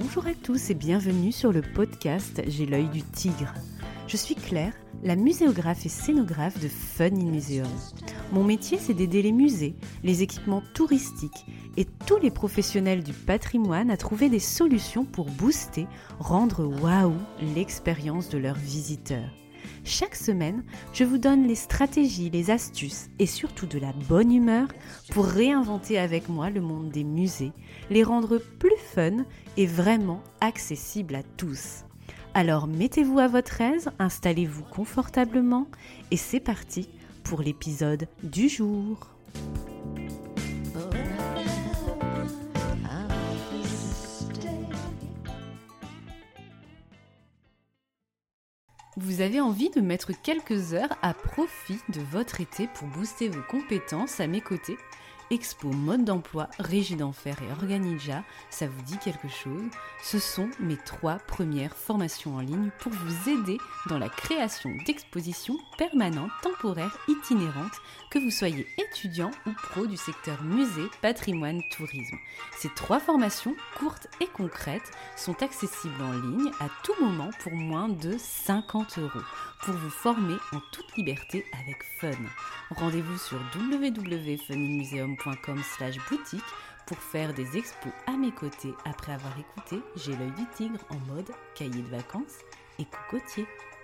Bonjour à tous et bienvenue sur le podcast J'ai l'œil du tigre. Je suis Claire, la muséographe et scénographe de Fun in Museum. Mon métier, c'est d'aider les musées, les équipements touristiques et tous les professionnels du patrimoine à trouver des solutions pour booster, rendre waouh l'expérience de leurs visiteurs. Chaque semaine, je vous donne les stratégies, les astuces et surtout de la bonne humeur pour réinventer avec moi le monde des musées, les rendre plus fun et vraiment accessibles à tous. Alors mettez-vous à votre aise, installez-vous confortablement et c'est parti pour l'épisode du jour. Vous avez envie de mettre quelques heures à profit de votre été pour booster vos compétences à mes côtés? Expo Mode d'Emploi, Régie d'Enfer et Organija, ça vous dit quelque chose? Ce sont mes 3 premières formations en ligne pour vous aider dans la création d'expositions permanentes, temporaires, itinérantes, que vous soyez étudiant ou pro du secteur musée, patrimoine, tourisme. Ces 3 formations, courtes et concrètes, sont accessibles en ligne à tout moment pour moins de 50 € pour vous former en toute liberté avec fun. Rendez-vous sur www.funinmuseum.com/boutique pour faire des expos à mes côtés après avoir écouté J'ai l'œil du tigre en mode cahier de vacances et cocotier.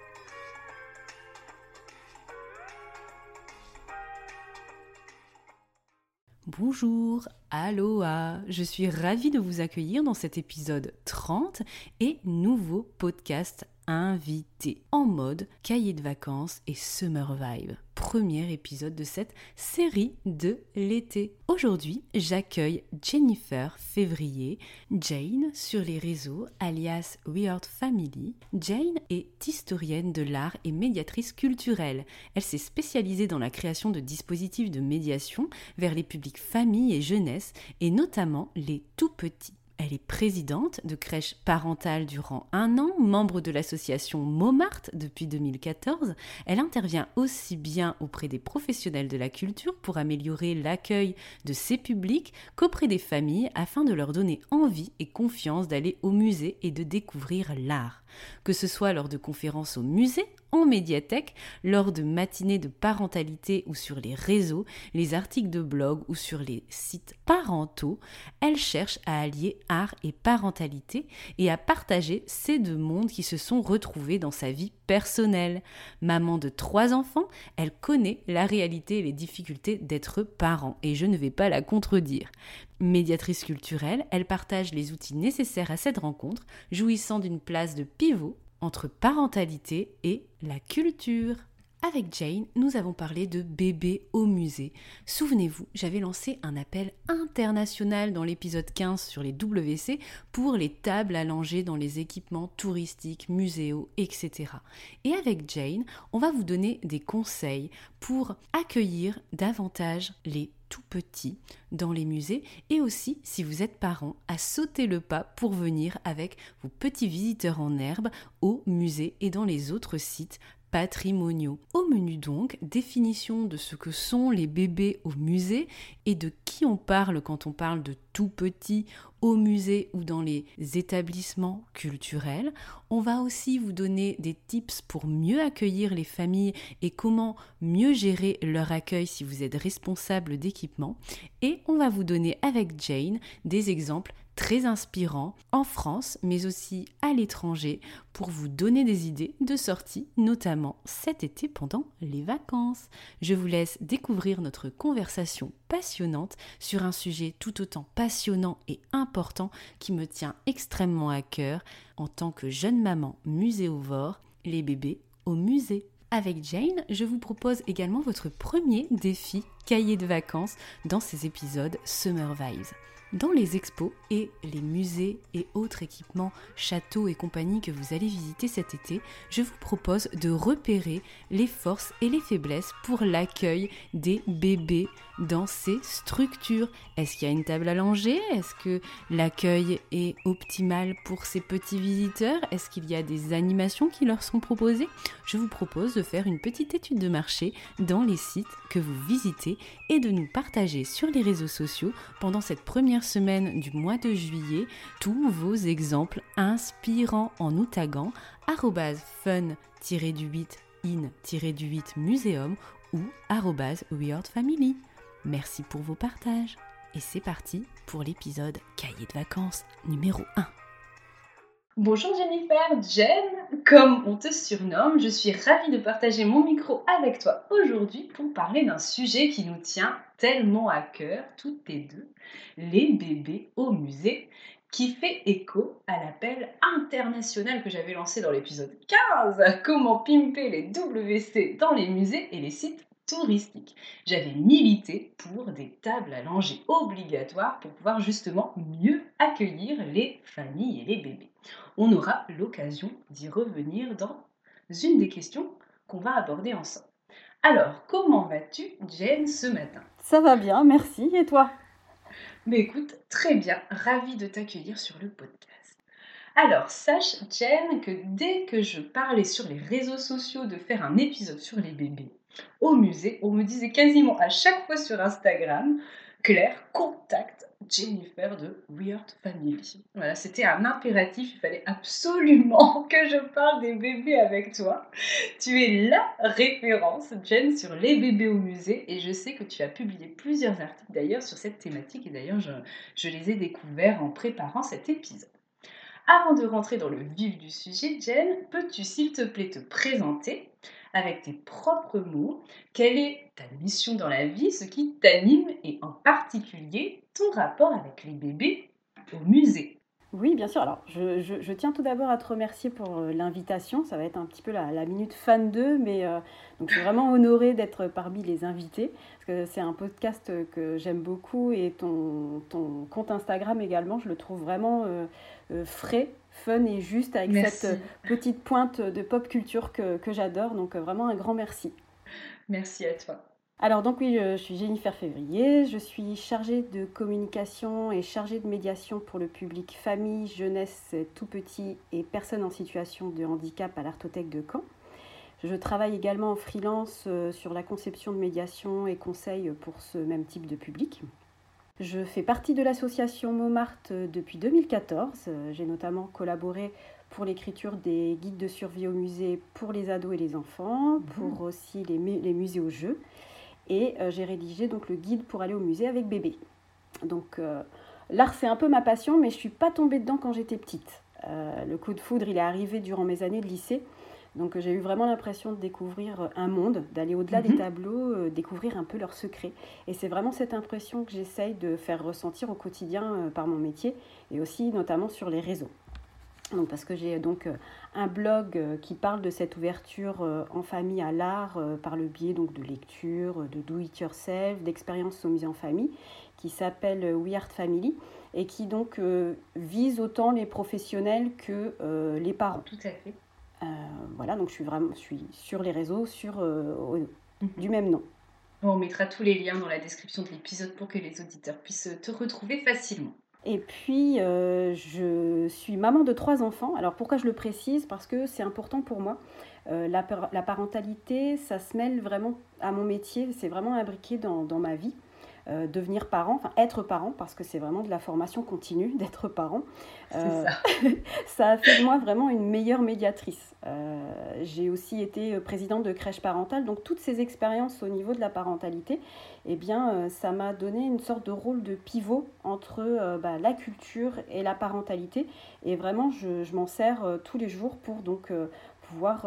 Bonjour, aloha, je suis ravie de vous accueillir dans cet épisode 30 et nouveau podcast invité en mode cahier de vacances et summer vibe. Premier épisode de cette série de l'été. Aujourd'hui, j'accueille Jennifer Février, Jane sur les réseaux alias Weird Family. Jane est historienne de l'art et médiatrice culturelle. Elle s'est spécialisée dans la création de dispositifs de médiation vers les publics famille et jeunesse et notamment les tout petits. Elle est présidente de crèche parentale durant 1 an, membre de l'association Montmartre depuis 2014. Elle intervient aussi bien auprès des professionnels de la culture pour améliorer l'accueil de ces publics qu'auprès des familles afin de leur donner envie et confiance d'aller au musée et de découvrir l'art. Que ce soit lors de conférences au musée, en médiathèque, lors de matinées de parentalité ou sur les réseaux, les articles de blog ou sur les sites parentaux, elle cherche à allier art et parentalité et à partager ces 2 mondes qui se sont retrouvés dans sa vie personnelle. Maman de 3 enfants, elle connaît la réalité et les difficultés d'être parent et je ne vais pas la contredire. Médiatrice culturelle, elle partage les outils nécessaires à cette rencontre, jouissant d'une place de pivot entre parentalité et la culture. Avec Jane, nous avons parlé de bébés au musée. Souvenez-vous, j'avais lancé un appel international dans l'épisode 15 sur les WC pour les tables allongées dans les équipements touristiques, muséaux, etc. Et avec Jane, on va vous donner des conseils pour accueillir davantage les tout petits dans les musées et aussi, si vous êtes parent, à sauter le pas pour venir avec vos petits visiteurs en herbe au musée et dans les autres sites patrimoniaux. Au menu donc, définition de ce que sont les bébés au musée et de qui on parle quand on parle de tout petits au musée ou dans les établissements culturels. On va aussi vous donner des tips pour mieux accueillir les familles et comment mieux gérer leur accueil si vous êtes responsable d'équipement. Et on va vous donner avec Jane des exemples très inspirants en France mais aussi à l'étranger pour vous donner des idées de sortie, notamment cet été pendant les vacances. Je vous laisse découvrir notre conversation passionnante sur un sujet tout autant passionnant et important qui me tient extrêmement à cœur en tant que jeune maman muséovore, les bébés au musée. Avec Jane, je vous propose également votre premier défi cahier de vacances dans ces épisodes Summer Vibes. Dans les expos et les musées et autres équipements, châteaux et compagnie que vous allez visiter cet été, je vous propose de repérer les forces et les faiblesses pour l'accueil des bébés dans ces structures. Est-ce qu'il y a une table allongée? Est-ce que l'accueil est optimal pour ces petits visiteurs? Est-ce qu'il y a des animations qui leur sont proposées? Je vous propose de faire une petite étude de marché dans les sites que vous visitez commenter et de nous partager sur les réseaux sociaux pendant cette première semaine du mois de juillet tous vos exemples inspirants en nous taguant @fun-in-museum ou @weirdfamily. Merci pour vos partages. Et c'est parti pour l'épisode Cahier de vacances numéro 1. Bonjour Jennifer, Jen, comme on te surnomme, je suis ravie de partager mon micro avec toi aujourd'hui pour parler d'un sujet qui nous tient tellement à cœur, toutes les deux, les bébés au musée, qui fait écho à l'appel international que j'avais lancé dans l'épisode 15, comment pimper les WC dans les musées et les sites touristiques. J'avais milité pour des tables à langer obligatoires pour pouvoir justement mieux accueillir les familles et les bébés. On aura l'occasion d'y revenir dans une des questions qu'on va aborder ensemble. Alors, comment vas-tu, Jen, ce matin ? Ça va bien, merci. Et toi ? Mais écoute, très bien, ravie de t'accueillir sur le podcast. Alors, sache, Jen, que dès que je parlais sur les réseaux sociaux de faire un épisode sur les bébés au musée, on me disait quasiment à chaque fois sur Instagram, Claire, contacte Jennifer de Weird Family. Voilà, c'était un impératif, il fallait absolument que je parle des bébés avec toi. Tu es la référence, Jen, sur les bébés au musée et je sais que tu as publié plusieurs articles d'ailleurs sur cette thématique et d'ailleurs je les ai découverts en préparant cet épisode. Avant de rentrer dans le vif du sujet, Jen, peux-tu s'il te plaît te présenter avec tes propres mots? Quelle est ta mission dans la vie, ce qui t'anime et en particulier ton rapport avec les bébés au musée? Oui, bien sûr. Alors, je tiens tout d'abord à te remercier pour l'invitation. Ça va être un petit peu la minute fan 2, mais donc je suis vraiment honorée d'être parmi les invités, parce que c'est un podcast que j'aime beaucoup et ton compte Instagram également, je le trouve vraiment frais, fun et juste avec Merci. cette petite pointe de pop culture que j'adore. Donc vraiment un grand merci. Merci à toi. Alors donc oui, je suis Jennifer Février, je suis chargée de communication et chargée de médiation pour le public famille, jeunesse, tout petit et personnes en situation de handicap à l'Artothèque de Caen. Je travaille également en freelance sur la conception de médiation et conseils pour ce même type de public. Je fais partie de l'association Montmartre depuis 2014. J'ai notamment collaboré pour l'écriture des guides de survie au musée pour les ados et les enfants, pour aussi les musées aux jeux. Et j'ai rédigé donc le guide pour aller au musée avec bébé. Donc l'art c'est un peu ma passion, mais je ne suis pas tombée dedans quand j'étais petite. Le coup de foudre il est arrivé durant mes années de lycée. Donc j'ai eu vraiment l'impression de découvrir un monde, d'aller au-delà des tableaux, découvrir un peu leurs secrets. Et c'est vraiment cette impression que j'essaye de faire ressentir au quotidien par mon métier et aussi notamment sur les réseaux. Donc, parce que j'ai donc un blog qui parle de cette ouverture en famille à l'art par le biais donc, de lecture, de do it yourself, d'expériences au musée en famille, qui s'appelle Weird Family et qui donc vise autant les professionnels que les parents. Tout à fait. Voilà, donc je suis sur les réseaux du même nom. On mettra tous les liens dans la description de l'épisode pour que les auditeurs puissent te retrouver facilement. Et puis, je suis maman de 3 enfants. Alors, pourquoi je le précise ? Parce que c'est important pour moi. La parentalité, ça se mêle vraiment à mon métier. C'est vraiment imbriqué dans ma vie. Devenir parent, enfin être parent, parce que c'est vraiment de la formation continue d'être parent. Ça a fait de moi vraiment une meilleure médiatrice. J'ai aussi été présidente de crèche parentale, donc toutes ces expériences au niveau de la parentalité, eh bien, ça m'a donné une sorte de rôle de pivot entre la culture et la parentalité. Et vraiment, je m'en sers tous les jours pour donc pouvoir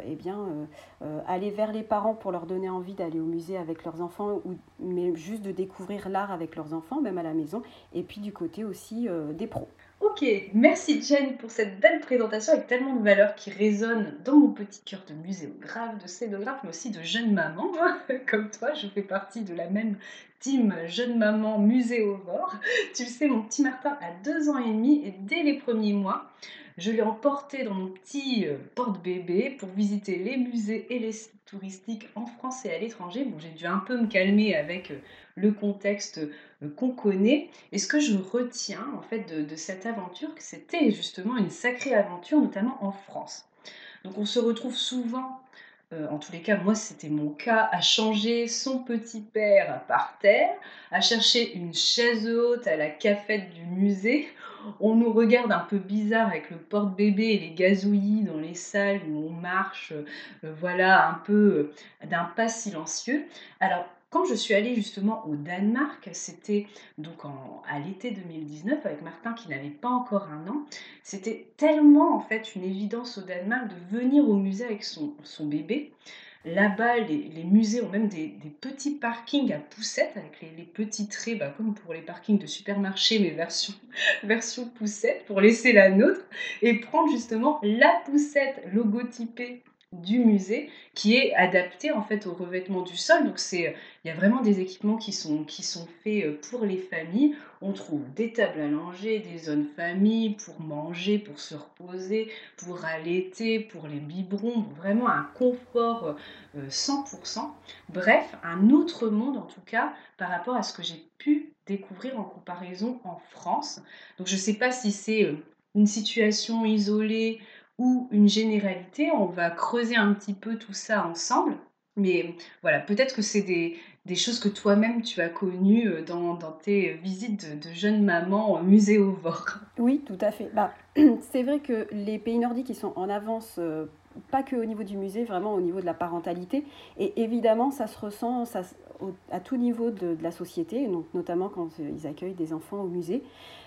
aller vers les parents pour leur donner envie d'aller au musée avec leurs enfants, mais juste de découvrir l'art avec leurs enfants, même à la maison, et puis du côté aussi des pros. Ok, merci Jen pour cette belle présentation avec tellement de valeurs qui résonnent dans mon petit cœur de muséographe, de scénographe, mais aussi de jeune maman. Comme toi, je fais partie de la même team jeune maman muséovore. Tu le sais, mon petit Martin a 2 ans et demi et dès les premiers mois, je l'ai emporté dans mon petit porte-bébé pour visiter les musées et les sites touristiques en France et à l'étranger. Bon, j'ai dû un peu me calmer avec le contexte qu'on connaît. Et ce que je retiens en fait de cette aventure, que c'était justement une sacrée aventure, notamment en France. Donc on se retrouve souvent en tous les cas, moi, c'était mon cas, à changer son petit père par terre, à chercher une chaise haute à la cafette du musée. On nous regarde un peu bizarre avec le porte-bébé et les gazouillis dans les salles où on marche, voilà, un peu d'un pas silencieux. Alors, quand je suis allée justement au Danemark, c'était donc à l'été 2019 avec Martin qui n'avait pas encore 1 an. C'était tellement en fait une évidence au Danemark de venir au musée avec son bébé. Là-bas, les musées ont même des petits parkings à poussettes avec les petits traits, comme pour les parkings de supermarché, mais version poussette, pour laisser la nôtre et prendre justement la poussette logotypée du musée qui est adaptée en fait au revêtement du sol. Donc il y a vraiment des équipements qui sont faits pour les familles. On trouve des tables à langer, des zones famille pour manger, pour se reposer, pour allaiter, pour les biberons, vraiment un confort 100%. Bref, un autre monde en tout cas par rapport à ce que j'ai pu découvrir en comparaison en France. Donc je ne sais pas si c'est une situation isolée ou une généralité. On va creuser un petit peu tout ça ensemble. Mais voilà, peut-être que c'est des choses que toi-même tu as connues dans tes visites de jeune maman au muséovore. Oui, tout à fait. C'est vrai que les pays nordiques, ils sont en avance, pas que au niveau du musée, vraiment au niveau de la parentalité. Et évidemment, ça se ressent à tout niveau de la société, donc notamment quand ils accueillent des enfants au musée.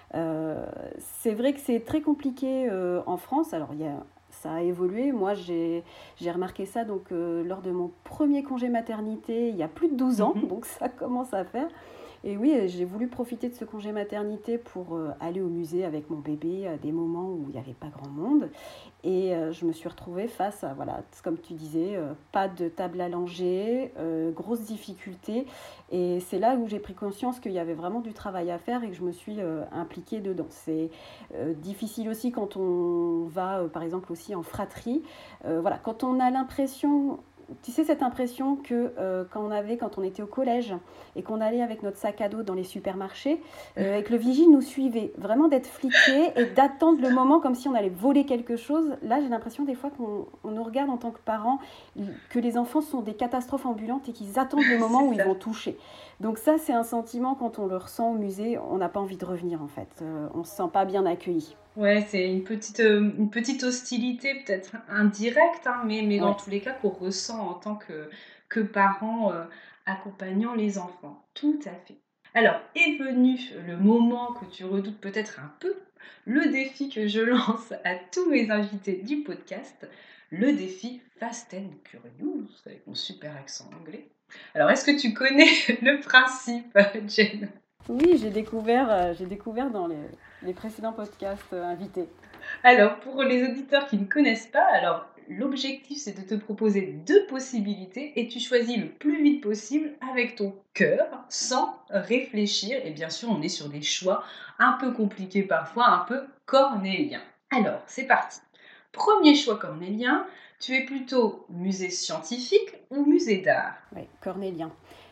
C'est vrai que c'est très compliqué en France. Alors, ça a évolué. Moi, j'ai remarqué ça donc, lors de mon premier congé maternité, il y a plus de 12 ans, donc ça commence à faire. Et oui, j'ai voulu profiter de ce congé maternité pour aller au musée avec mon bébé à des moments où il n'y avait pas grand monde. Et je me suis retrouvée face à, voilà, comme tu disais, pas de table à langer, grosses difficultés. Et c'est là où j'ai pris conscience qu'il y avait vraiment du travail à faire et que je me suis impliquée dedans. C'est difficile aussi quand on va, par exemple, aussi en fratrie. Voilà, quand on a l'impression... Tu sais, cette impression que quand on était au collège et qu'on allait avec notre sac à dos dans les supermarchés et que le vigile nous suivait, vraiment d'être fliqué et d'attendre le moment comme si on allait voler quelque chose. Là, j'ai l'impression des fois qu'on nous regarde en tant que parents, que les enfants sont des catastrophes ambulantes et qu'ils attendent le moment où ils vont toucher. Donc ça, c'est un sentiment, quand on le ressent au musée, on n'a pas envie de revenir en fait. On ne se sent pas bien accueilli. Ouais, c'est une petite hostilité, peut-être indirecte, hein, mais dans Ouais. tous les cas qu'on ressent en tant que parents accompagnant les enfants. Tout à fait. Alors, est venu le moment que tu redoutes peut-être un peu, le défi que je lance à tous mes invités du podcast, le défi Fast and Curious, avec mon super accent anglais. Alors, est-ce que tu connais le principe, Jen? Oui, j'ai découvert dans les précédents podcasts invités. Alors, pour les auditeurs qui ne connaissent pas, alors l'objectif c'est de te proposer 2 possibilités et tu choisis le plus vite possible avec ton cœur, sans réfléchir. Et bien sûr, on est sur des choix un peu compliqués parfois, un peu cornéliens. Alors, c'est parti. Premier choix cornélien, tu es plutôt musée scientifique ou musée d'art? Oui, cornélien.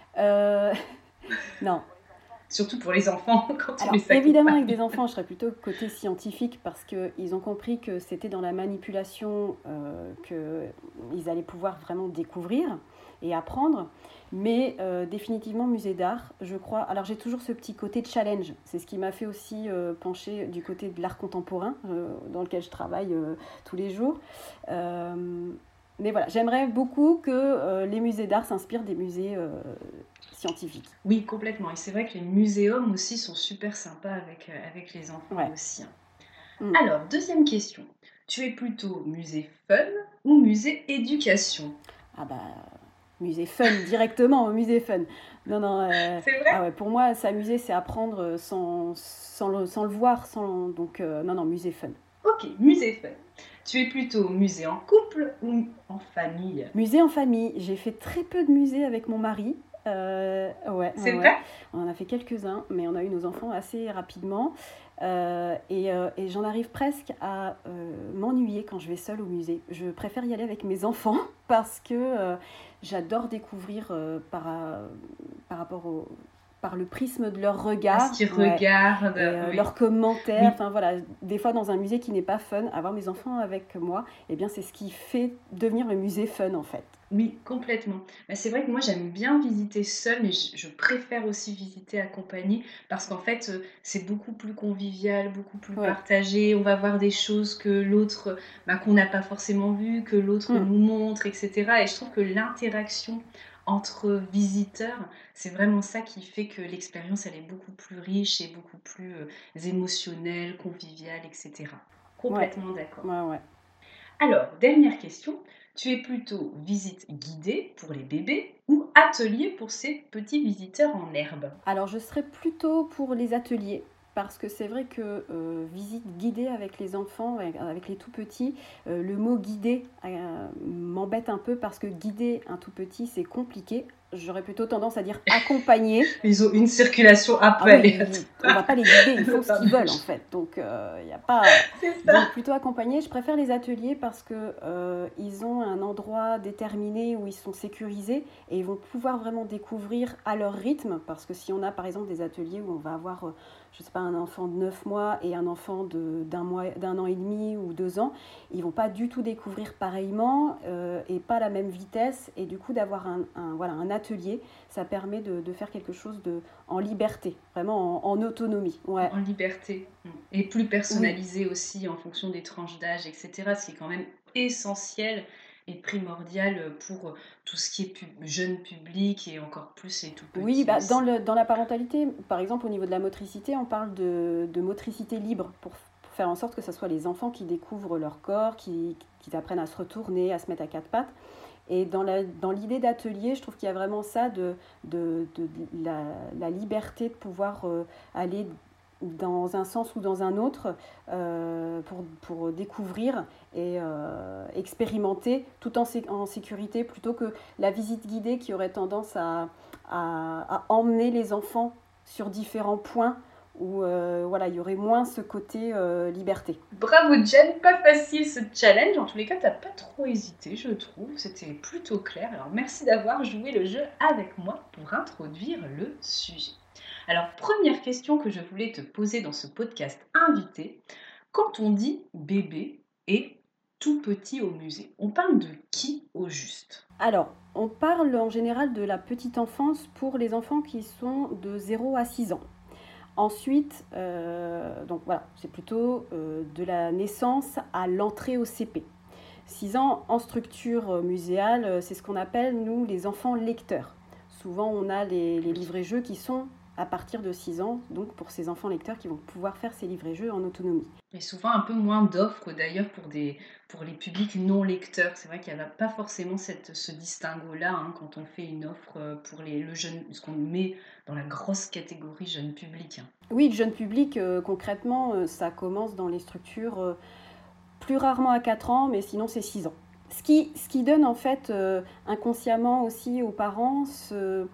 Euh, non. Surtout pour les enfants quand tu Alors, les évidemment, avec accompagnes. des enfants, je serais plutôt côté scientifique parce qu'ils ont compris que c'était dans la manipulation qu'ils allaient pouvoir vraiment découvrir et apprendre. Mais définitivement, musée d'art, je crois. Alors, j'ai toujours ce petit côté de challenge. C'est ce qui m'a fait aussi pencher du côté de l'art contemporain, dans lequel je travaille tous les jours. Mais voilà, j'aimerais beaucoup que les musées d'art s'inspirent des musées scientifiques. Oui, complètement. Et c'est vrai que les muséums aussi sont super sympas avec les enfants Ouais. aussi, hein. Mm. Alors, deuxième question. Tu es plutôt musée fun ou musée éducation? Ah bah, musée fun, directement au musée fun. Non, non, C'est vrai? ah ouais, pour moi, s'amuser, c'est apprendre sans le voir. Donc, non, non, musée fun. Ok, musée fun. Tu es plutôt musée en couple ou en famille? Musée en famille. J'ai fait très peu de musées avec mon mari. Ouais, C'est ouais, ouais. vrai? On en a fait quelques-uns, mais on a eu nos enfants assez rapidement. Et j'en arrive presque à m'ennuyer quand je vais seule au musée. Je préfère y aller avec mes enfants parce que j'adore découvrir par rapport par le prisme de leur regard. Parce qu'ils regardent. Et leurs commentaires. Enfin voilà, des fois dans un musée qui n'est pas fun, avoir mes enfants avec moi, eh bien c'est ce qui fait devenir le musée fun en fait. Oui, complètement. Mais c'est vrai que moi, j'aime bien visiter seule, mais je préfère aussi visiter accompagnée parce qu'en fait, c'est beaucoup plus convivial, beaucoup plus partagé. On va voir des choses que l'autre, qu'on n'a pas forcément vues, que l'autre nous montre, etc. Et je trouve que l'interaction entre visiteurs, c'est vraiment ça qui fait que l'expérience, elle est beaucoup plus riche et beaucoup plus émotionnelle, conviviale, etc. Complètement d'accord. Ouais. Alors, dernière question, tu es plutôt visite guidée pour les bébés ou atelier pour ces petits visiteurs en herbe? Alors je serais plutôt pour les ateliers. Parce que c'est vrai que visite guidée avec les enfants, avec les tout petits, le mot guider m'embête un peu parce que guider un tout petit, c'est compliqué. J'aurais plutôt tendance à dire accompagner. Ils ont une circulation à peu. On ne va pas les guider, ils font ce qu'ils veulent en fait. Donc il n'y a pas. Donc plutôt accompagner. Je préfère les ateliers parce que ils ont un endroit déterminé où ils sont sécurisés et ils vont pouvoir vraiment découvrir à leur rythme. Parce que si on a par exemple des ateliers où on va avoir je ne sais pas, un enfant de 9 mois et un enfant d'un an et demi ou 2 ans, ils ne vont pas du tout découvrir pareillement et pas à la même vitesse. Et du coup, d'avoir un atelier, ça permet de faire quelque chose en liberté, vraiment en autonomie. Ouais. En liberté. Et plus personnalisé aussi en fonction des tranches d'âge, etc. Ce qui est quand même essentiel et primordial pour tout ce qui est jeune public et encore plus les tout petits. Oui, dans la parentalité, par exemple au niveau de la motricité, on parle de motricité libre pour faire en sorte que ce soit les enfants qui découvrent leur corps, qui apprennent à se retourner, à se mettre à quatre pattes. Et dans l'idée d'atelier, je trouve qu'il y a vraiment ça de la liberté de pouvoir aller dans un sens ou dans un autre pour découvrir et expérimenter tout en sécurité plutôt que la visite guidée qui aurait tendance à emmener les enfants sur différents points où il y aurait moins ce côté liberté. Bravo Jen, pas facile ce challenge. En tous les cas, t'as pas trop hésité, je trouve. C'était plutôt clair. Alors merci d'avoir joué le jeu avec moi pour introduire le sujet. Alors, première question que je voulais te poser dans ce podcast invité. Quand on dit bébé et tout petit au musée, on parle de qui au juste? Alors, on parle en général de la petite enfance pour les enfants qui sont de 0 à 6 ans. Ensuite, donc voilà, c'est plutôt de la naissance à l'entrée au CP. 6 ans en structure muséale, c'est ce qu'on appelle, nous, les enfants lecteurs. Souvent, on a les livrets-jeux qui sont à partir de 6 ans, donc pour ces enfants lecteurs qui vont pouvoir faire ces livrets-jeux en autonomie. Et souvent un peu moins d'offres d'ailleurs pour les publics non lecteurs. C'est vrai qu'il n'y a pas forcément ce distinguo-là quand on fait une offre pour le jeune, ce qu'on met dans la grosse catégorie jeune public. Oui, le jeune public, concrètement, ça commence dans les structures plus rarement à 4 ans, mais sinon c'est 6 ans. Ce qui donne en fait inconsciemment aussi aux parents ce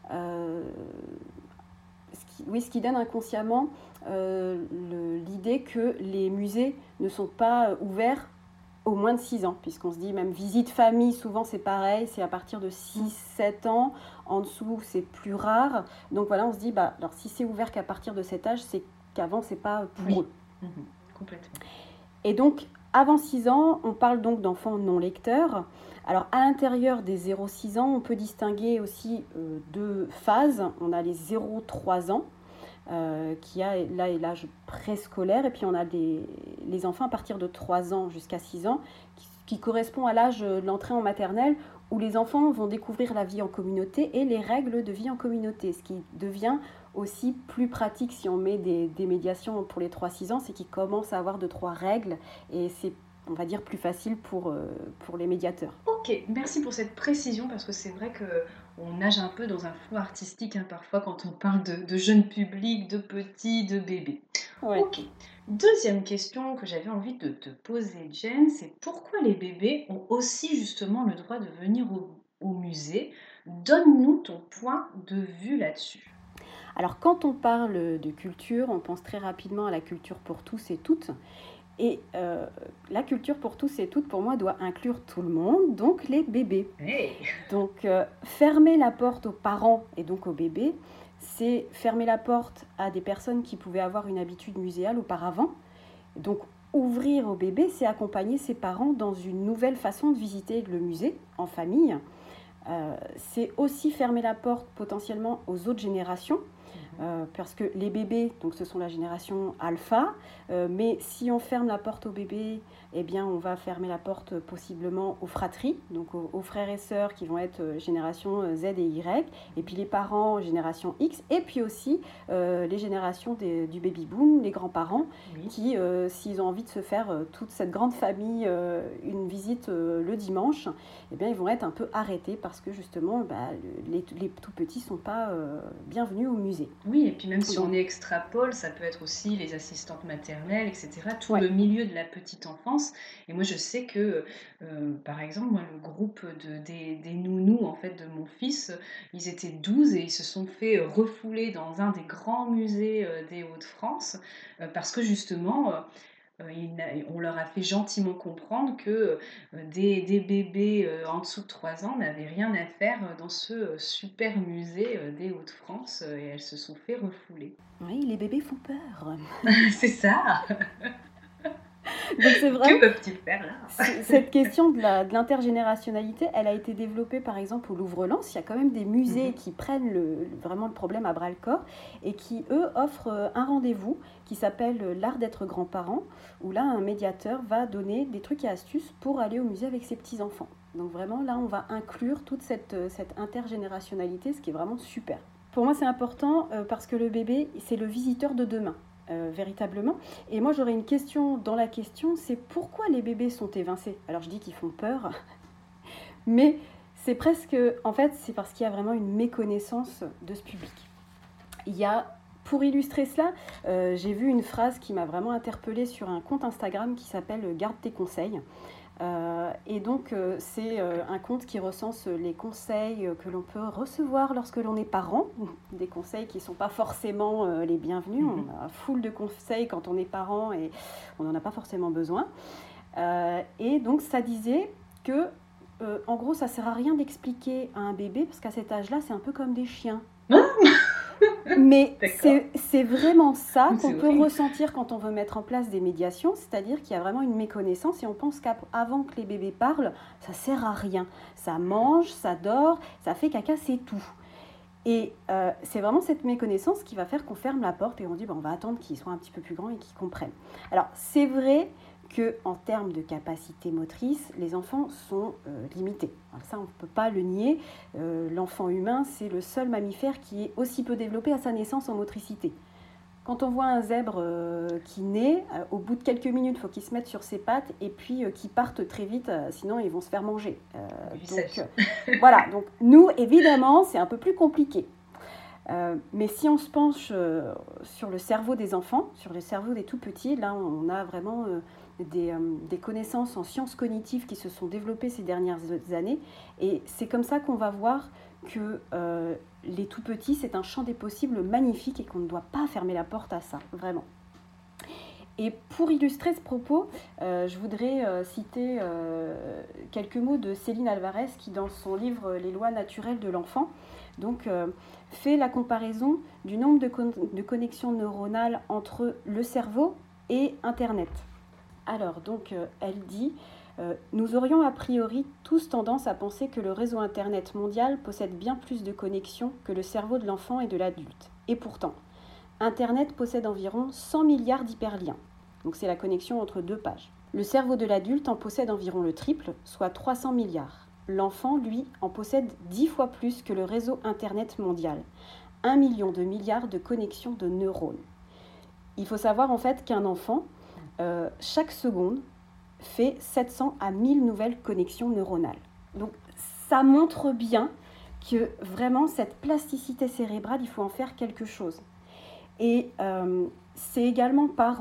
qui donne inconsciemment l'idée que les musées ne sont pas ouverts au moins de 6 ans, puisqu'on se dit même visite famille, souvent c'est pareil, c'est à partir de 6-7 ans, en dessous c'est plus rare. Donc voilà, on se dit, alors si c'est ouvert qu'à partir de cet âge, c'est qu'avant c'est pas pour eux. Complètement. Et donc, avant 6 ans, on parle donc d'enfants non lecteurs. Alors, à l'intérieur des 0-6 ans, on peut distinguer aussi 2 phases. On a les 0-3 ans, qui a là est l'âge préscolaire, et puis on a les enfants à partir de 3 ans jusqu'à 6 ans, qui correspond à l'âge de l'entrée en maternelle, où les enfants vont découvrir la vie en communauté et les règles de vie en communauté, ce qui devient aussi plus pratique si on met des médiations pour les 3-6 ans, c'est qu'ils commencent à avoir 2-3 règles, et c'est, on va dire, plus facile pour les médiateurs. Ok, merci pour cette précision, parce que c'est vrai qu'on nage un peu dans un flou artistique parfois quand on parle de jeunes publics, de petits, de bébés. Ouais. Ok, deuxième question que j'avais envie de te poser, Jen, c'est pourquoi les bébés ont aussi justement le droit de venir au musée? Donne-nous ton point de vue là-dessus. Alors, quand on parle de culture, on pense très rapidement à la culture pour tous et toutes. Et la culture pour tous et toutes, pour moi, doit inclure tout le monde, donc les bébés. Hey. Donc, fermer la porte aux parents et donc aux bébés, c'est fermer la porte à des personnes qui pouvaient avoir une habitude muséale auparavant. Donc, ouvrir au bébé, c'est accompagner ses parents dans une nouvelle façon de visiter le musée en famille. C'est aussi fermer la porte potentiellement aux autres générations. Parce que les bébés, donc ce sont la génération alpha, mais si on ferme la porte aux bébés, eh bien on va fermer la porte possiblement aux fratries, donc aux frères et sœurs qui vont être génération Z et Y, et puis les parents génération X, et puis aussi les générations du baby boom, les grands-parents, qui, s'ils ont envie de se faire toute cette grande famille une visite le dimanche, eh bien ils vont être un peu arrêtés parce que justement les tout petits ne sont pas bienvenus au musée. Oui, et puis même si on extrapole, ça peut être aussi les assistantes maternelles, etc., tout le milieu de la petite enfance. Et moi, je sais que, par exemple, moi, le groupe des nounous en fait, de mon fils, ils étaient 12 et ils se sont fait refouler dans un des grands musées des Hauts-de-France parce que justement... on leur a fait gentiment comprendre que des bébés en dessous de 3 ans n'avaient rien à faire dans ce super musée des Hauts-de-France et elles se sont fait refouler. Oui, les bébés font peur. C'est ça. Donc c'est vrai, que peuvent-ils faire là? Cette question de l'intergénérationnalité, elle a été développée par exemple au Louvre-Lens. Il y a quand même des musées qui prennent vraiment le problème à bras-le-corps et qui, eux, offrent un rendez-vous qui s'appelle l'art d'être grand-parent, où là, un médiateur va donner des trucs et astuces pour aller au musée avec ses petits-enfants. Donc vraiment, là, on va inclure toute cette intergénérationnalité, ce qui est vraiment super. Pour moi, c'est important parce que le bébé, c'est le visiteur de demain. Véritablement. Et moi, j'aurais une question dans la question, c'est pourquoi les bébés sont évincés? Alors, je dis qu'ils font peur, mais c'est presque... En fait, c'est parce qu'il y a vraiment une méconnaissance de ce public. Pour illustrer cela, j'ai vu une phrase qui m'a vraiment interpellée sur un compte Instagram qui s'appelle « Garde tes conseils ». Et donc c'est un compte qui recense les conseils que l'on peut recevoir lorsque l'on est parent, des conseils qui ne sont pas forcément les bienvenus. On a foule de conseils quand on est parent et on n'en a pas forcément besoin. Et donc ça disait que en gros ça ne sert à rien d'expliquer à un bébé parce qu'à cet âge-là c'est un peu comme des chiens. Mais c'est vraiment ça qu'on peut ressentir quand on veut mettre en place des médiations, c'est-à-dire qu'il y a vraiment une méconnaissance et on pense qu'avant que les bébés parlent, ça sert à rien. Ça mange, ça dort, ça fait caca, c'est tout. Et c'est vraiment cette méconnaissance qui va faire qu'on ferme la porte et on dit on va attendre qu'ils soient un petit peu plus grands et qu'ils comprennent. Alors c'est vrai qu'en termes de capacité motrice, les enfants sont limités. Alors ça, on ne peut pas le nier. L'enfant humain, c'est le seul mammifère qui est aussi peu développé à sa naissance en motricité. Quand on voit un zèbre qui naît, au bout de quelques minutes, il faut qu'il se mette sur ses pattes et puis qu'il parte très vite, sinon ils vont se faire manger. Voilà, donc nous, évidemment, c'est un peu plus compliqué. Mais si on se penche sur le cerveau des enfants, sur le cerveau des tout-petits, là, on a vraiment des connaissances en sciences cognitives qui se sont développées ces dernières années. Et c'est comme ça qu'on va voir que les tout-petits, c'est un champ des possibles magnifique et qu'on ne doit pas fermer la porte à ça, vraiment. Et pour illustrer ce propos, je voudrais citer quelques mots de Céline Alvarez qui, dans son livre « Les lois naturelles de l'enfant », donc, fait la comparaison du nombre de connexions neuronales entre le cerveau et Internet. Alors, donc, elle dit « Nous aurions a priori tous tendance à penser que le réseau Internet mondial possède bien plus de connexions que le cerveau de l'enfant et de l'adulte. Et pourtant, Internet possède environ 100 milliards d'hyperliens. Donc, c'est la connexion entre deux pages. Le cerveau de l'adulte en possède environ le triple, soit 300 milliards. L'enfant, lui, en possède 10 fois plus que le réseau Internet mondial. 1 million de milliards de connexions de neurones. Il faut savoir en fait qu'un enfant, chaque seconde, fait 700 à 1000 nouvelles connexions neuronales. Donc ça montre bien que vraiment cette plasticité cérébrale, il faut en faire quelque chose. Et c'est également par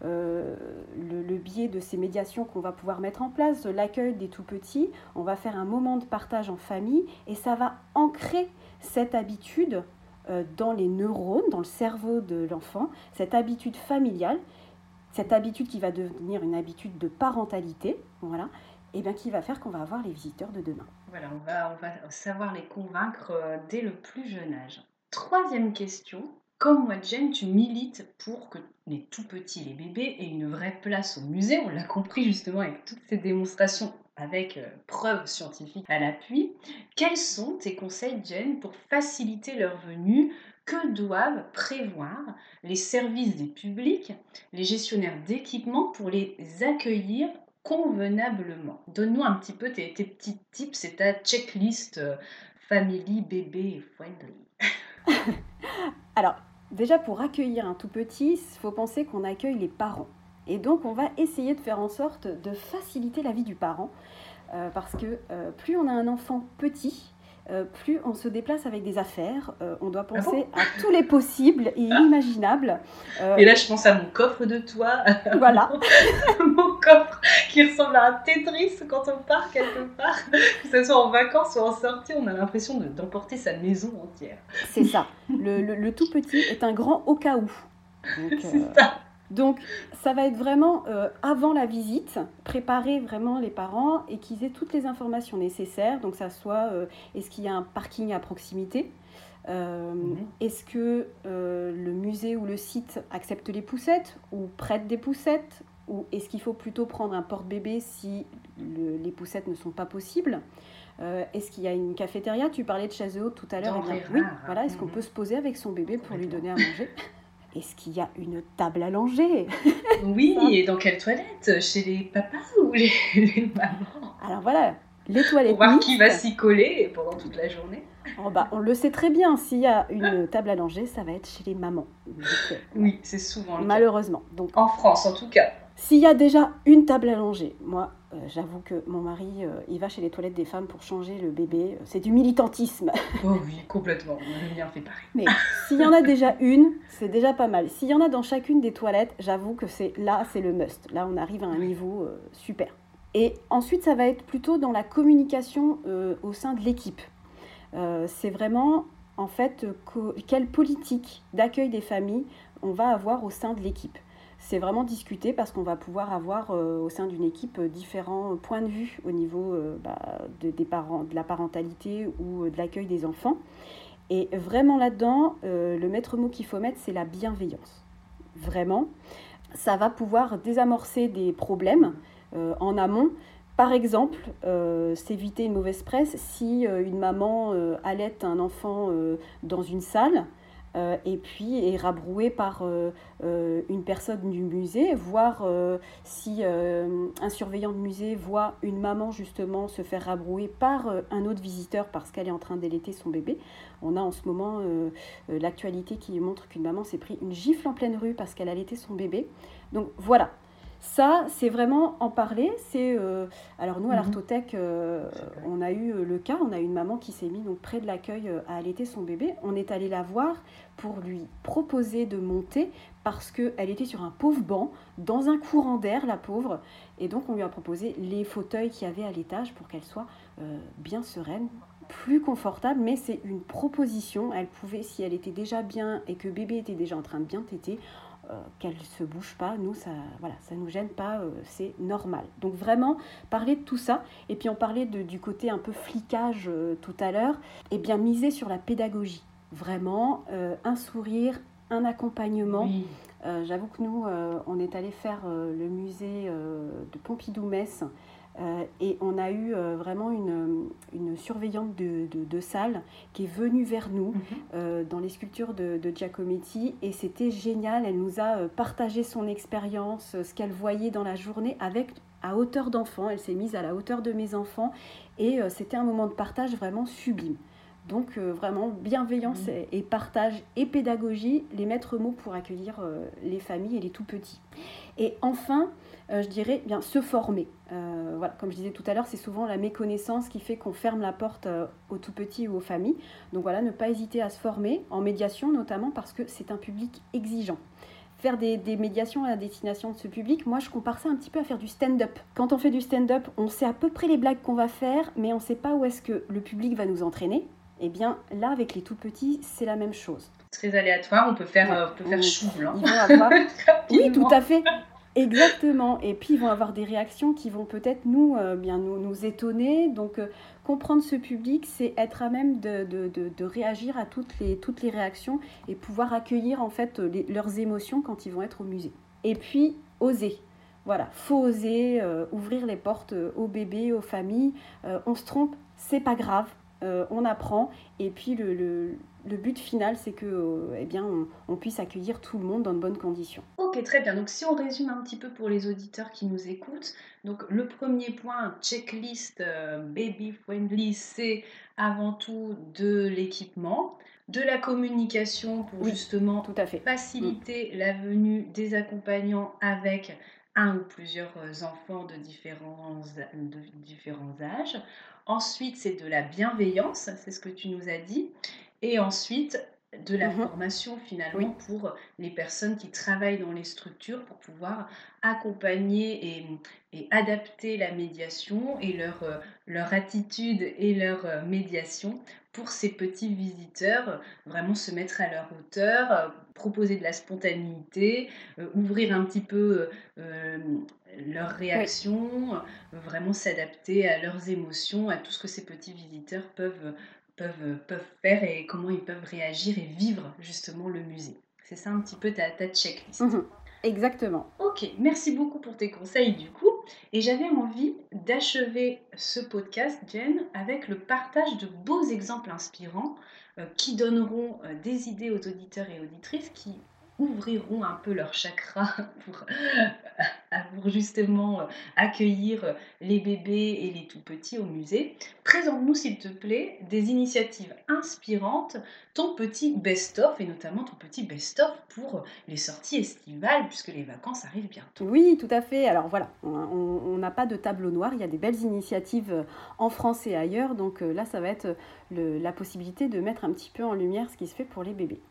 le biais de ces médiations qu'on va pouvoir mettre en place, de l'accueil des tout-petits. On va faire un moment de partage en famille et ça va ancrer cette habitude dans les neurones, dans le cerveau de l'enfant, cette habitude familiale, cette habitude qui va devenir une habitude de parentalité, voilà, et bien qui va faire qu'on va avoir les visiteurs de demain. Voilà, on va savoir les convaincre dès le plus jeune âge. Troisième question. Comme moi, Jen, tu milites pour que les tout petits, les bébés, aient une vraie place au musée. On l'a compris justement avec toutes ces démonstrations avec preuves scientifiques à l'appui. Quels sont tes conseils, Jen, pour faciliter leur venue? Que doivent prévoir les services des publics, les gestionnaires d'équipements pour les accueillir convenablement? Donne-nous un petit peu tes petits tips et ta checklist family, bébé friendly. Alors, déjà pour accueillir un tout petit, il faut penser qu'on accueille les parents. Et donc, on va essayer de faire en sorte de faciliter la vie du parent, parce que plus on a un enfant petit, plus on se déplace avec des affaires. On doit penser à tous les possibles et inimaginables. Et là, je pense à mon coffre de toit. Voilà. Mon coffre qui ressemble à un Tetris quand on part quelque part. Que ce soit en vacances ou en sortie, on a l'impression d'emporter sa maison entière. C'est ça. Le tout petit est un grand au cas où. C'est ça. Donc, ça va être vraiment, avant la visite, préparer vraiment les parents et qu'ils aient toutes les informations nécessaires. Donc, ça soit, est-ce qu'il y a un parking à proximité ? Est-ce que le musée ou le site accepte les poussettes ou prête des poussettes ? Ou est-ce qu'il faut plutôt prendre un porte-bébé si les poussettes ne sont pas possibles ? Est-ce qu'il y a une cafétéria ? Tu parlais de chaises hautes tout à l'heure. Oui, voilà. Est-ce qu'on peut se poser avec son bébé pour lui donner à manger ? Est-ce qu'il y a une table allongée ? Oui, et dans quelle toilette ? Chez les papas ou les mamans ? Alors voilà, les toilettes. Pour voir qui va s'y coller pendant toute la journée. On le sait très bien, s'il y a une table allongée, ça va être chez les mamans. Donc, oui, c'est souvent le cas. Malheureusement. Donc, en France, en tout cas. S'il y a déjà une table allongée, moi, j'avoue que mon mari, il va chez les toilettes des femmes pour changer le bébé. C'est du militantisme. Oh oui, complètement. Le mien fait pareil. Mais s'il y en a déjà une, c'est déjà pas mal. S'il y en a dans chacune des toilettes, j'avoue que c'est le must. Là, on arrive à un niveau super. Et ensuite, ça va être plutôt dans la communication au sein de l'équipe. C'est vraiment, en fait, quelle politique d'accueil des familles on va avoir au sein de l'équipe. C'est vraiment discuter parce qu'on va pouvoir avoir au sein d'une équipe différents points de vue au niveau des parents, de la parentalité ou de l'accueil des enfants. Et vraiment là-dedans, le maître mot qu'il faut mettre, c'est la bienveillance. Vraiment, ça va pouvoir désamorcer des problèmes en amont. Par exemple, s'éviter une mauvaise presse si une maman allaite un enfant dans une salle, et puis est rabroué par une personne du musée, voire si un surveillant de musée voit une maman justement se faire rabrouer par un autre visiteur parce qu'elle est en train d'allaiter son bébé. On a en ce moment l'actualité qui montre qu'une maman s'est pris une gifle en pleine rue parce qu'elle allaitait son bébé. Donc voilà. Ça, c'est vraiment en parler. Alors nous, à l'Artothèque, on a eu le cas, on a eu une maman qui s'est mise donc près de l'accueil à allaiter son bébé. On est allé la voir pour lui proposer de monter parce qu'elle était sur un pauvre banc, dans un courant d'air, la pauvre. Et donc, on lui a proposé les fauteuils qu'il y avait à l'étage pour qu'elle soit bien sereine, plus confortable. Mais c'est une proposition. Elle pouvait, si elle était déjà bien et que bébé était déjà en train de bien téter, qu'elle ne se bouge pas, nous, ça nous gêne pas, c'est normal. Donc vraiment, parler de tout ça, et puis on parlait du côté un peu flicage tout à l'heure, et bien miser sur la pédagogie. Vraiment, un sourire, un accompagnement. Oui. J'avoue que nous, on est allé faire le musée de Pompidou-Metz, et on a eu vraiment une surveillante de salle qui est venue vers nous dans les sculptures de Giacometti, et c'était génial. Elle nous a partagé son expérience, ce qu'elle voyait dans la journée à hauteur d'enfant. Elle s'est mise à la hauteur de mes enfants et c'était un moment de partage vraiment sublime. Donc vraiment bienveillance et partage et pédagogie, les maîtres mots pour accueillir les familles et les tout petits. Et enfin, je dirais bien se former. Voilà, comme je disais tout à l'heure, c'est souvent la méconnaissance qui fait qu'on ferme la porte aux tout petits ou aux familles. Donc voilà, ne pas hésiter à se former, en médiation notamment, parce que c'est un public exigeant. Faire des médiations à la destination de ce public, moi je compare ça un petit peu à faire du stand-up. Quand on fait du stand-up, on sait à peu près les blagues qu'on va faire, mais on ne sait pas où est-ce que le public va nous entraîner. Eh bien, là, avec les tout petits, c'est la même chose. Très aléatoire, on peut faire chou blanc. Ils vont avoir... Oui, tout à fait. Exactement. Et puis, ils vont avoir des réactions qui vont peut-être nous étonner. Donc, comprendre ce public, c'est être à même de réagir à toutes les réactions et pouvoir accueillir en fait leurs émotions quand ils vont être au musée. Et puis, oser. Voilà, faut oser ouvrir les portes aux bébés, aux familles. On se trompe, c'est pas grave. On apprend. Et puis, le but final, c'est que, on puisse accueillir tout le monde dans de bonnes conditions. Ok, très bien. Donc, si on résume un petit peu pour les auditeurs qui nous écoutent, donc le premier point, checklist baby friendly, c'est avant tout de l'équipement, de la communication pour Oui, justement tout à fait. faciliter la venue des accompagnants avec un ou plusieurs enfants de différents âges. Ensuite, c'est de la bienveillance, c'est ce que tu nous as dit. Et ensuite, de la Mhm. formation Oui. finalement pour les personnes qui travaillent dans les structures pour pouvoir accompagner et adapter la médiation et leur attitude et leur médiation pour ces petits visiteurs, vraiment se mettre à leur hauteur, proposer de la spontanéité, ouvrir un petit peu leurs Oui. réactions, vraiment s'adapter à leurs émotions, à tout ce que ces petits visiteurs peuvent faire et comment ils peuvent réagir et vivre justement le musée. C'est ça un petit peu ta checklist. Mhm. Exactement. Ok, merci beaucoup pour tes conseils du coup. Et j'avais envie d'achever ce podcast, Jen, avec le partage de beaux exemples inspirants qui donneront des idées aux auditeurs et auditrices qui ouvriront un peu leur chakra pour justement accueillir les bébés et les tout petits au musée. Présente-nous s'il te plaît des initiatives inspirantes, ton petit best-of et notamment ton petit best-of pour les sorties estivales puisque les vacances arrivent bientôt. Oui, tout à fait. Alors voilà, on n'a pas de tableau noir, il y a des belles initiatives en France et ailleurs. Donc là, ça va être la possibilité de mettre un petit peu en lumière ce qui se fait pour les bébés.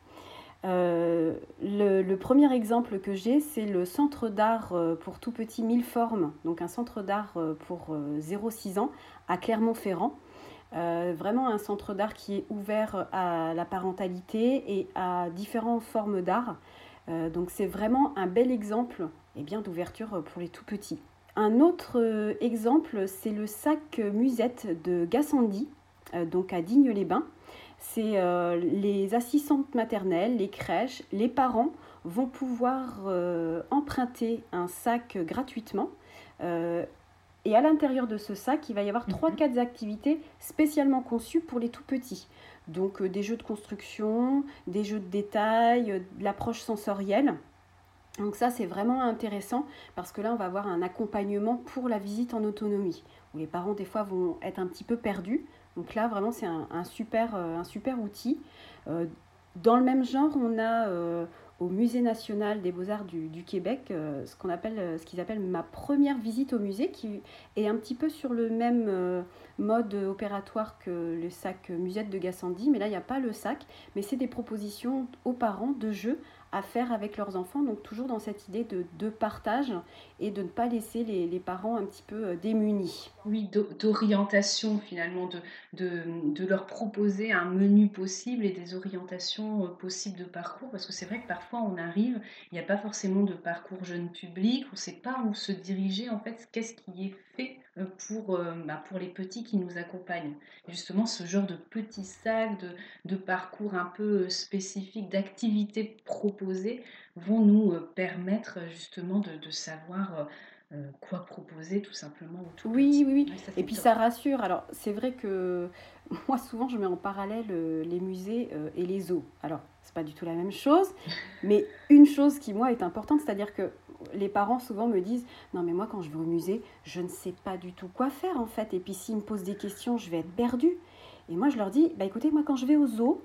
Le premier exemple que j'ai, c'est le centre d'art pour tout petit Mille Formes, donc un centre d'art pour 0-6 ans à Clermont-Ferrand. Vraiment un centre d'art qui est ouvert à la parentalité et à différentes formes d'art. Donc c'est vraiment un bel exemple d'ouverture pour les tout petits. Un autre exemple, c'est le sac musette de Gassendi, donc à Digne-les-Bains. C'est les assistantes maternelles, les crèches, les parents vont pouvoir emprunter un sac gratuitement. Et à l'intérieur de ce sac, il va y avoir 3-4 activités spécialement conçues pour les tout petits. Donc des jeux de construction, des jeux de détail, de l'approche sensorielle. Donc ça, c'est vraiment intéressant parce que là, on va avoir un accompagnement pour la visite en autonomie, où les parents, des fois, vont être un petit peu perdus. Donc là, vraiment, c'est un super outil. Dans le même genre, on a au Musée national des beaux-arts du Québec ce qu'ils appellent ma première visite au musée, qui est un petit peu sur le même mode opératoire que le sac musette de Gassendi. Mais là, il n'y a pas le sac, mais c'est des propositions aux parents de jeux à faire avec leurs enfants, donc toujours dans cette idée de partage et de ne pas laisser les parents un petit peu démunis. Oui, d'orientation finalement, de leur proposer un menu possible et des orientations possibles de parcours, parce que c'est vrai que parfois on arrive, il n'y a pas forcément de parcours jeune public, on ne sait pas où se diriger en fait, qu'est-ce qui est fait pour les petits qui nous accompagnent. Et justement, ce genre de petits sacs, de parcours un peu spécifiques, d'activités proposées, vont nous permettre justement de savoir quoi proposer tout simplement aux tout Oui, petits. oui, oui. Ouais, ça Et c'est puis top. ça rassure. Alors c'est vrai que moi souvent je mets en parallèle les musées et les zoos. Alors c'est pas du tout la même chose, mais une chose qui moi est importante, c'est-à-dire que les parents souvent me disent non mais moi quand je vais au musée je ne sais pas du tout quoi faire en fait, et puis s'ils me posent des questions je vais être perdue. Et moi je leur dis bah écoutez, moi quand je vais au zoo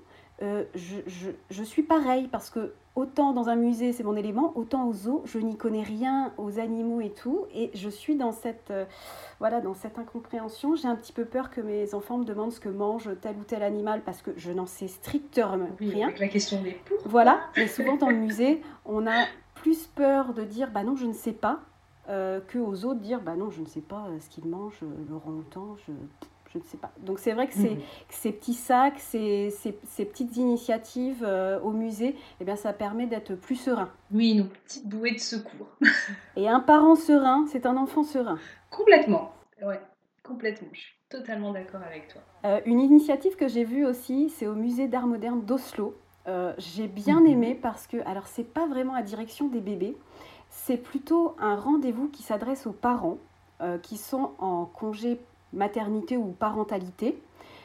je suis pareil, parce que autant dans un musée c'est mon élément, autant au zoo je n'y connais rien aux animaux et tout, et je suis dans cette incompréhension. J'ai un petit peu peur que mes enfants me demandent ce que mange tel ou tel animal parce que je n'en sais strictement Oui, rien. avec la question des pourquoi. Voilà, mais souvent dans le musée on a plus peur de dire bah non je ne sais pas, que aux autres dire bah non je ne sais pas ce qu'ils mangent, le orang-outan, je ne sais pas. Donc c'est vrai que Mhm. ces petits sacs, ces petites initiatives au musée, eh bien, ça permet d'être plus serein. Oui, nos petites bouées de secours. Et un parent serein, c'est un enfant serein. Complètement. Ouais, complètement. Je suis totalement d'accord avec toi. Une initiative que j'ai vue aussi, c'est au musée d'art moderne d'Oslo. J'ai bien Mhm. aimé parce que, alors c'est pas vraiment à direction des bébés, c'est plutôt un rendez-vous qui s'adresse aux parents qui sont en congé maternité ou parentalité.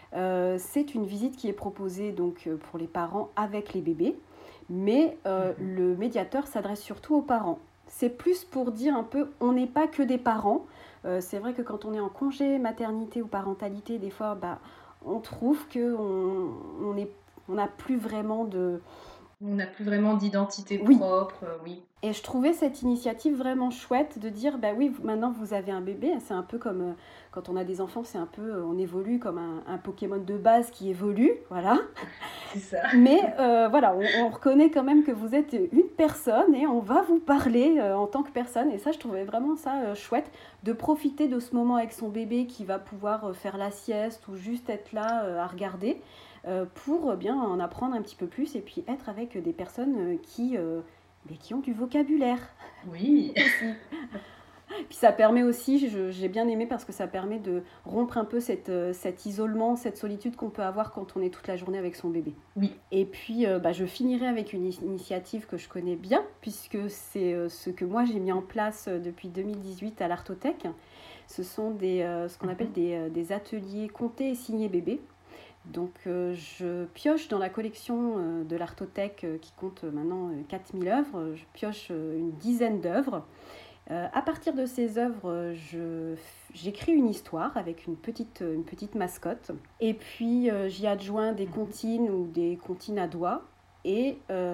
C'est une visite qui est proposée donc pour les parents avec les bébés, mais le médiateur s'adresse surtout aux parents. C'est plus pour dire un peu, on n'est pas que des parents. C'est vrai que quand on est en congé maternité ou parentalité, des fois, on trouve qu'on on n'a plus vraiment de... On n'a plus vraiment d'identité Oui, propre, oui. et je trouvais cette initiative vraiment chouette de dire, bah oui, maintenant vous avez un bébé, c'est un peu comme quand on a des enfants, c'est un peu, on évolue comme un Pokémon de base qui évolue, voilà. C'est ça. Mais voilà, on reconnaît quand même que vous êtes une personne et on va vous parler en tant que personne. Et ça, je trouvais vraiment ça chouette de profiter de ce moment avec son bébé qui va pouvoir faire la sieste ou juste être là à regarder pour bien en apprendre un petit peu plus et puis être avec des personnes qui ont du vocabulaire Oui. aussi. Puis ça permet aussi, j'ai bien aimé parce que ça permet de rompre un peu cet isolement, cette solitude qu'on peut avoir quand on est toute la journée avec son bébé. Oui. Et puis je finirai avec une initiative que je connais bien, puisque c'est ce que moi j'ai mis en place depuis 2018 à l'Artothèque. Ce sont ce qu'on appelle des ateliers comptés et signés bébés. Donc je pioche dans la collection de l'Artothèque qui compte maintenant 4000 œuvres, je pioche une dizaine d'œuvres. À partir de ces œuvres, j'écris une histoire avec une petite mascotte. Et puis, j'y adjoins des comptines ou des comptines à doigts et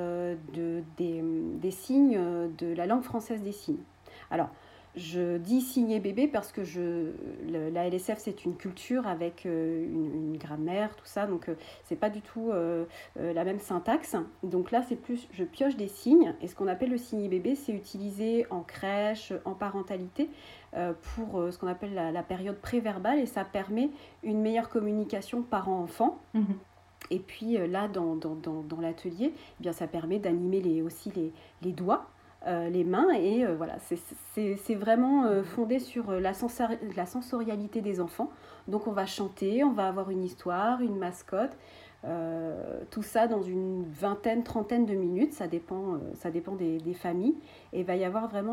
des signes de la langue française des signes. Alors, je dis signer bébé parce que la LSF, c'est une culture avec une grammaire, tout ça. Donc, c'est pas du tout la même syntaxe. Donc là, c'est plus, je pioche des signes. Et ce qu'on appelle le signer bébé, c'est utilisé en crèche, en parentalité, pour ce qu'on appelle la période préverbale. Et ça permet une meilleure communication parent-enfant. Mhm. Et puis là, dans l'atelier, eh bien, ça permet d'animer aussi les doigts. Les mains et voilà, c'est vraiment fondé sur la sensorialité des enfants. Donc on va chanter, on va avoir une histoire, une mascotte, tout ça dans une vingtaine, trentaine de minutes, ça dépend des familles. Et il va y avoir vraiment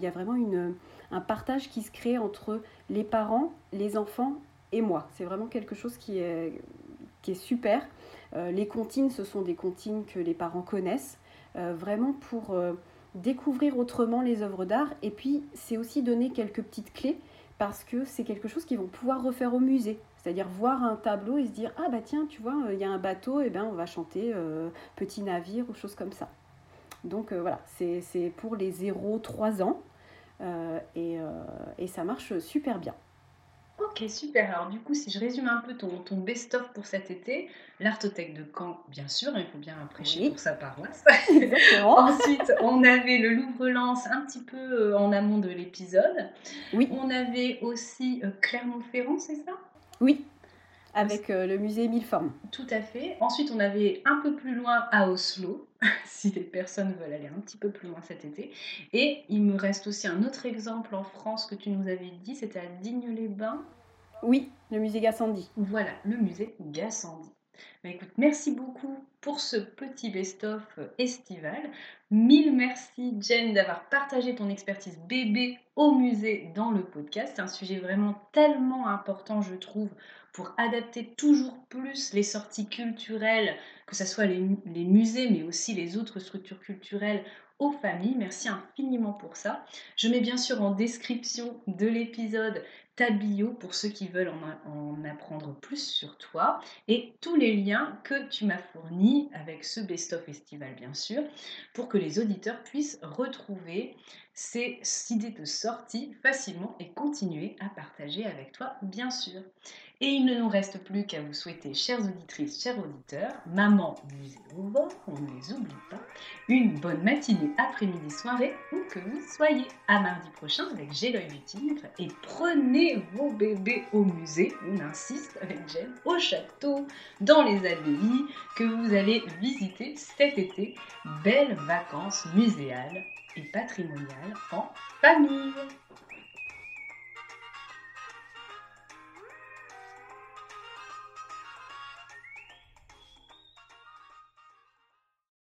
un partage qui se crée entre les parents, les enfants et moi. C'est vraiment quelque chose qui est super. Les comptines, ce sont des comptines que les parents connaissent, vraiment pour découvrir autrement les œuvres d'art. Et puis, c'est aussi donner quelques petites clés parce que c'est quelque chose qu'ils vont pouvoir refaire au musée. C'est-à-dire voir un tableau et se dire « Ah bah tiens, tu vois, il y a un bateau, et ben on va chanter Petit navire » ou choses comme ça. Donc voilà, c'est pour les 0-3 ans et ça marche super bien. Ok, super. Alors du coup, si je résume un peu ton best-of pour cet été, l'Artothèque de Caen, bien sûr, il faut bien prêcher Oui. pour sa paroisse. Exactement. Ensuite, on avait le Louvre-Lens un petit peu en amont de l'épisode. Oui. On avait aussi Clermont-Ferrand, c'est ça? Oui, avec le musée Mille Formes. Tout à fait. Ensuite, on avait un peu plus loin à Oslo, si les personnes veulent aller un petit peu plus loin cet été. Et il me reste aussi un autre exemple en France que tu nous avais dit, c'était à Digne-les-Bains. Oui, le musée Gassendi. Voilà, le musée Gassendi. Bah, écoute, merci beaucoup pour ce petit best-of estival. Mille merci Jen d'avoir partagé ton expertise bébé au musée dans le podcast. C'est un sujet vraiment tellement important, je trouve, pour adapter toujours plus les sorties culturelles, que ce soit les musées, mais aussi les autres structures culturelles aux familles. Merci infiniment pour ça. Je mets bien sûr en description de l'épisode ta bio pour ceux qui veulent en apprendre plus sur toi et tous les liens que tu m'as fournis avec ce best-of estival bien sûr pour que les auditeurs puissent retrouver ces idées de sortie facilement et continuer à partager avec toi, bien sûr. Et il ne nous reste plus qu'à vous souhaiter, chères auditrices, chers auditeurs, maman, musée au bord, on ne les oublie pas, une bonne matinée, après-midi, soirée, où que vous soyez. À mardi prochain avec J'ai l'œil du tigre et prenez vos bébés au musée, on insiste avec Jen, au château, dans les abbayes que vous allez visiter cet été. Belles vacances muséales et patrimoniales en famille.